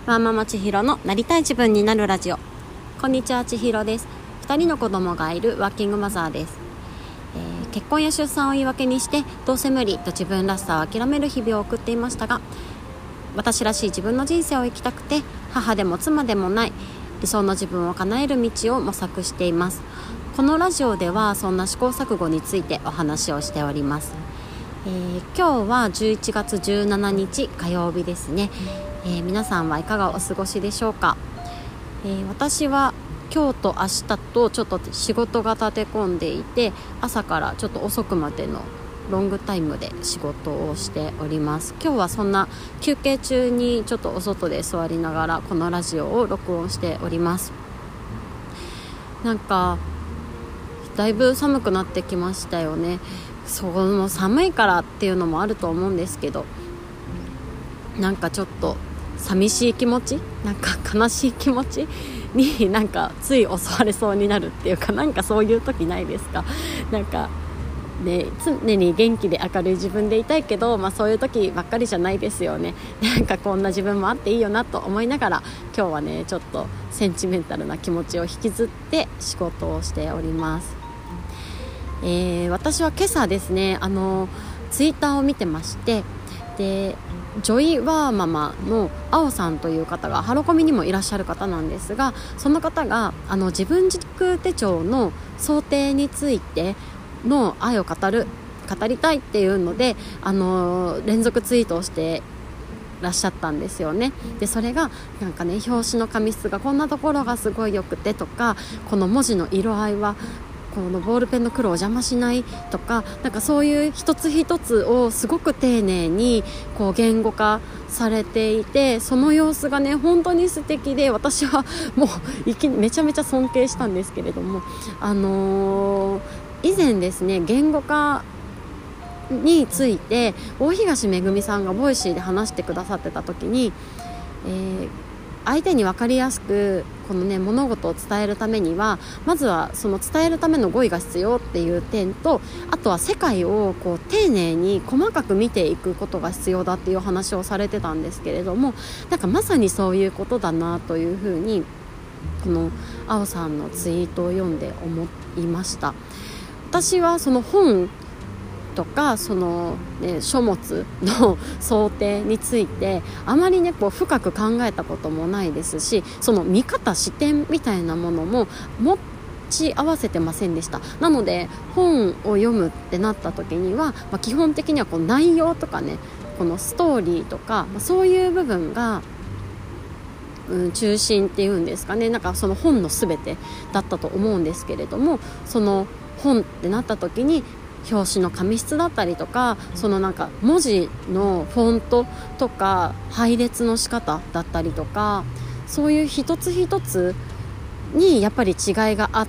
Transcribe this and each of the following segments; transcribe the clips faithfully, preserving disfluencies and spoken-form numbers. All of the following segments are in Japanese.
ワーママ千尋のなりたい自分になるラジオ。こんにちは、千尋です。ふたりの子供がいるワーキングマザーです。えー、結婚や出産を言い訳にしてどうせ無理と自分らしさを諦める日々を送っていましたが、私らしい自分の人生を生きたくて、母でも妻でもない理想の自分を叶える道を模索しています。このラジオではそんな試行錯誤についてお話をしております。えー、今日はじゅういちがつじゅうしちにち火曜日ですね。えー、皆さんはいかがお過ごしでしょうか。えー、私は今日と明日とちょっと仕事が立て込んでいて、朝からちょっと遅くまでのロングタイムで仕事をしております。今日はそんな休憩中にちょっとお外で座りながらこのラジオを録音しております。なんかだいぶ寒くなってきましたよね。その寒いからっていうのもあると思うんですけど、なんかちょっと寂しい気持ち、なんか悲しい気持ちになんかつい襲われそうになるっていうか、なんかそういう時ないですか。なんかね、常に元気で明るい自分でいたいけど、まあ、そういう時ばっかりじゃないですよね。なんかこんな自分もあっていいよなと思いながら、今日はねちょっとセンチメンタルな気持ちを引きずって仕事をしております。えー、私は今朝ですね、あのツイッターを見てまして、でジョイワーママのあおさんという方がハロコミにもいらっしゃる方なんですが、その方があの自分軸手帳の想定についての愛を語る語りたいっていうので、あの連続ツイートをしてらっしゃったんですよね。でそれがなんかね、表紙の紙質がこんなところがすごい良くてとか、この文字の色合いはこのボールペンの黒を邪魔しないとか、なんかそういう一つ一つをすごく丁寧にこう言語化されていて、その様子がね本当に素敵で、私はもういきめちゃめちゃ尊敬したんですけれども、あのー、以前ですね、言語化について大東めぐみさんがボイシーで話してくださってた時に、えー相手に分かりやすくこの、ね、物事を伝えるためには、まずはその伝えるための語彙が必要っていう点と、あとは世界をこう丁寧に細かく見ていくことが必要だっていう話をされてたんですけれども、なんかまさにそういうことだなというふうにこのあおさんのツイートを読んで思いました。私はその本とかその、ね、書物の想定についてあまりねこう深く考えたこともないですし、その見方視点みたいなものも持ち合わせてませんでした。なので本を読むってなった時には、まあ、基本的にはこう内容とかね、このストーリーとか、まあ、そういう部分がうん、中心っていうんですかね、なんかその本の全てだったと思うんですけれども、その本ってなった時に表紙の紙質だったりとか、そのなんか文字のフォントとか配列の仕方だったりとか、そういう一つ一つにやっぱり違いがあって、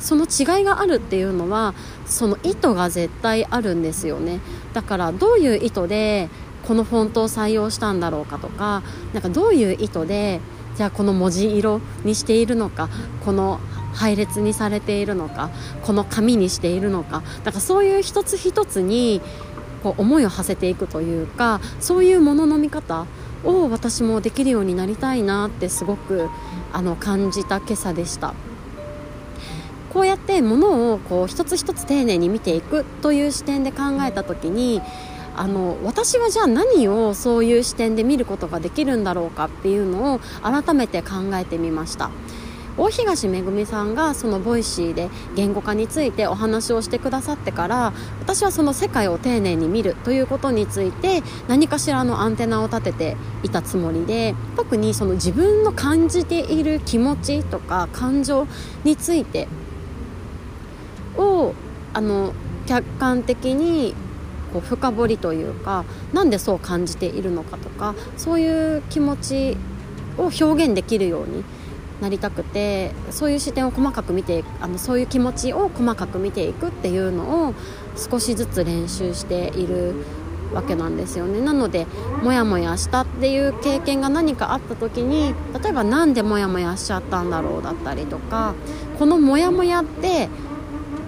その違いがあるっていうのはその意図が絶対あるんですよね。だからどういう意図でこのフォントを採用したんだろうかとか、なんかどういう意図でじゃあこの文字色にしているのか、この配列にされているのか、この紙にしているのか、だからそういう一つ一つにこう思いを馳せていくというか、そういうものの見方を私もできるようになりたいなってすごくあの感じた今朝でした。こうやってものをこう一つ一つ丁寧に見ていくという視点で考えたときに、あの私はじゃあ何をそういう視点で見ることができるんだろうかっていうのを改めて考えてみました。大東めぐみさんがそのボイシーで言語化についてお話をしてくださってから、私はその世界を丁寧に見るということについて何かしらのアンテナを立てていたつもりで、特にその自分の感じている気持ちとか感情についてをあの客観的にこう深掘りというか、なんでそう感じているのかとか、そういう気持ちを表現できるようになりたくて、そういう視点を細かく見て、あのそういう気持ちを細かく見ていくっていうのを少しずつ練習しているわけなんですよね。なのでモヤモヤしたっていう経験が何かあった時に、例えばなんでモヤモヤしちゃったんだろうだったりとか、このモヤモヤって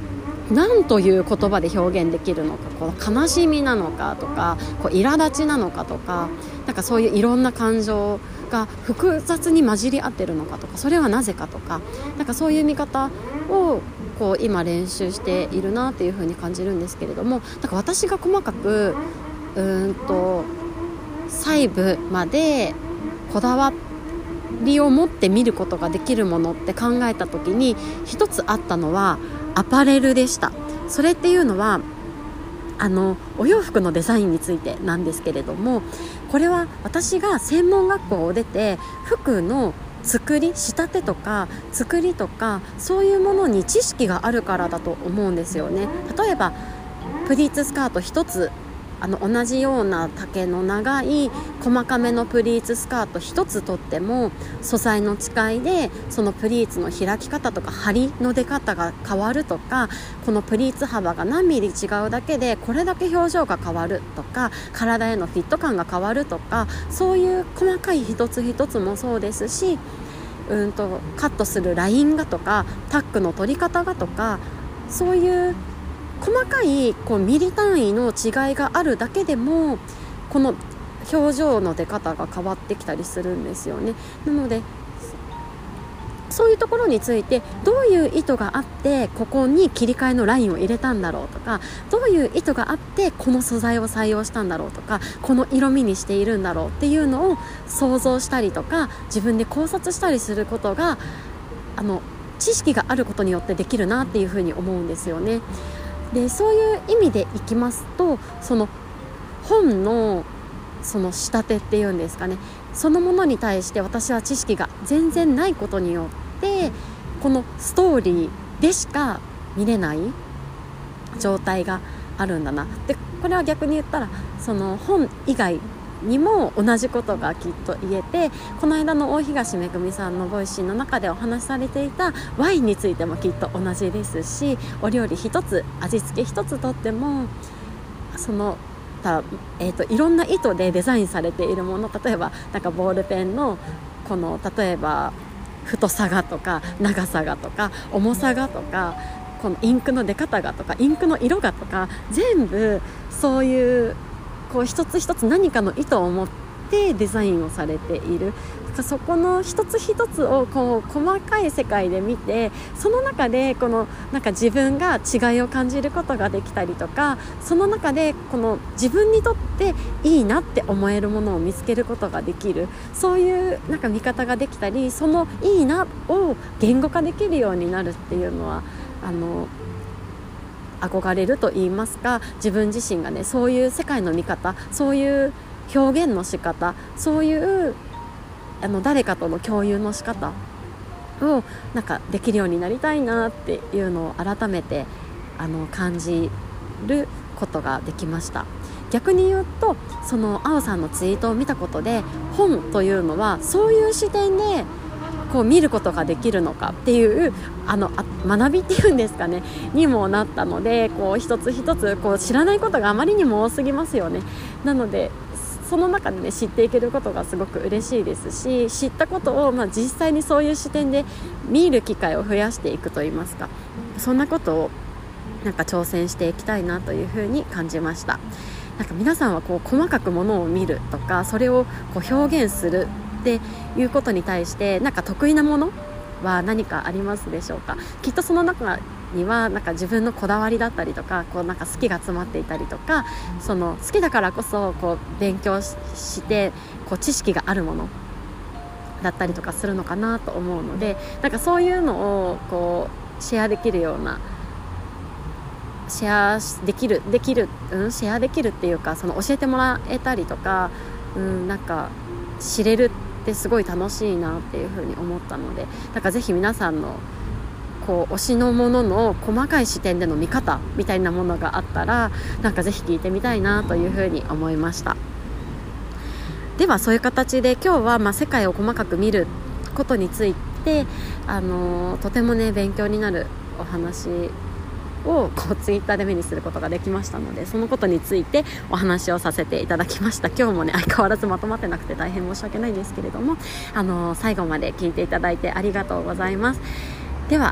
何という言葉で表現できるのか、この悲しみなのかとか、こう苛立ちなのかとか、なんかそういういろんな感情が複雑に混じり合ってるのかとか、それはなぜかとか、なんかそういう見方をこう今練習しているなっていう風に感じるんですけれども、なんか私が細かくうーんと細部までこだわりを持って見ることができるものって考えた時に一つあったのはアパレルでした。それっていうのはあのお洋服のデザインについてなんですけれども、これは私が専門学校を出て服の作り、仕立てとか作りとかそういうものに知識があるからだと思うんですよね。例えばプリーツスカート一つ、あの同じような丈の長い細かめのプリーツスカート一つとっても素材の違いでそのプリーツの開き方とか張りの出方が変わるとか、このプリーツ幅が何ミリ違うだけでこれだけ表情が変わるとか、体へのフィット感が変わるとか、そういう細かい一つ一つもそうですし、うんとカットするラインがとかタックの取り方がとか、そういう細かいこうミリ単位の違いがあるだけでもこの表情の出方が変わってきたりするんですよね。なのでそういうところについてどういう意図があってここに切り替えのラインを入れたんだろうとか、どういう意図があってこの素材を採用したんだろうとか、この色味にしているんだろうっていうのを想像したりとか自分で考察したりすることがあの知識があることによってできるなっていうふうに思うんですよね。でそういう意味でいきますと、その本のその仕立てっていうんですかね、そのものに対して私は知識が全然ないことによってこのストーリーでしか見れない状態があるんだな。でこれは逆に言ったらその本以外にも同じことがきっと言えて、この間の大東めぐみさんのボイシーの中でお話しされていたワインについてもきっと同じですし、お料理一つ、味付け一つとってもそのた、えーと、いろんな意図でデザインされているもの、例えばなんかボールペンのこの例えば太さがとか長さがとか重さがとか、このインクの出方がとかインクの色がとか、全部そういうこう一つ一つ何かの意図を持ってデザインをされている。そこの一つ一つをこう細かい世界で見て、その中でこのなんか自分が違いを感じることができたりとか、その中でこの自分にとっていいなって思えるものを見つけることができる、そういうなんか見方ができたり、そのいいなを言語化できるようになるっていうのはあの憧れると言いますか、自分自身がねそういう世界の見方、そういう表現の仕方、そういうあの誰かとの共有の仕方をなんかできるようになりたいなっていうのを改めてあの感じることができました。逆に言うと、そのあおさんのツイートを見たことで、本というのはそういう視点でこう見ることができるのかっていうあのあ学びっていうんですかねにもなったので、こう一つ一つこう知らないことがあまりにも多すぎますよね。なのでその中でね知っていけることがすごく嬉しいですし、知ったことをまあ実際にそういう視点で見る機会を増やしていくといいますか、そんなことをなんか挑戦していきたいなというふうに感じました。なんか皆さんはこう細かくものを見るとか、それをこう表現するっていうことに対してなんか得意なものは何かありますでしょうか。きっとその中にはなんか自分のこだわりだったりとか、こうなんか好きが詰まっていたりとか、その好きだからこそこう勉強してこう知識があるものだったりとかするのかなと思うので、なんかそういうのをこうシェアできるようなシェアできるできる、うん、シェアできるっていうか、その教えてもらえたりとか、うん、なんか知れるってすごい楽しいなっていうふうに思ったので、だからぜひ皆さんのこう推しのものの細かい視点での見方みたいなものがあったら、なんかぜひ聞いてみたいなというふうに思いました。ではそういう形で今日はまあ世界を細かく見ることについて、あのー、とてもね勉強になるお話をこうツイッターで目にすることができましたので、そのことについてお話をさせていただきました。今日もね相変わらずまとまってなくて大変申し訳ないんですけれども、あのー、最後まで聞いていただいてありがとうございます。では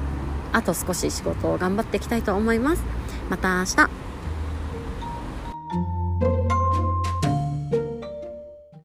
あと少し仕事を頑張っていきたいと思います。また明日。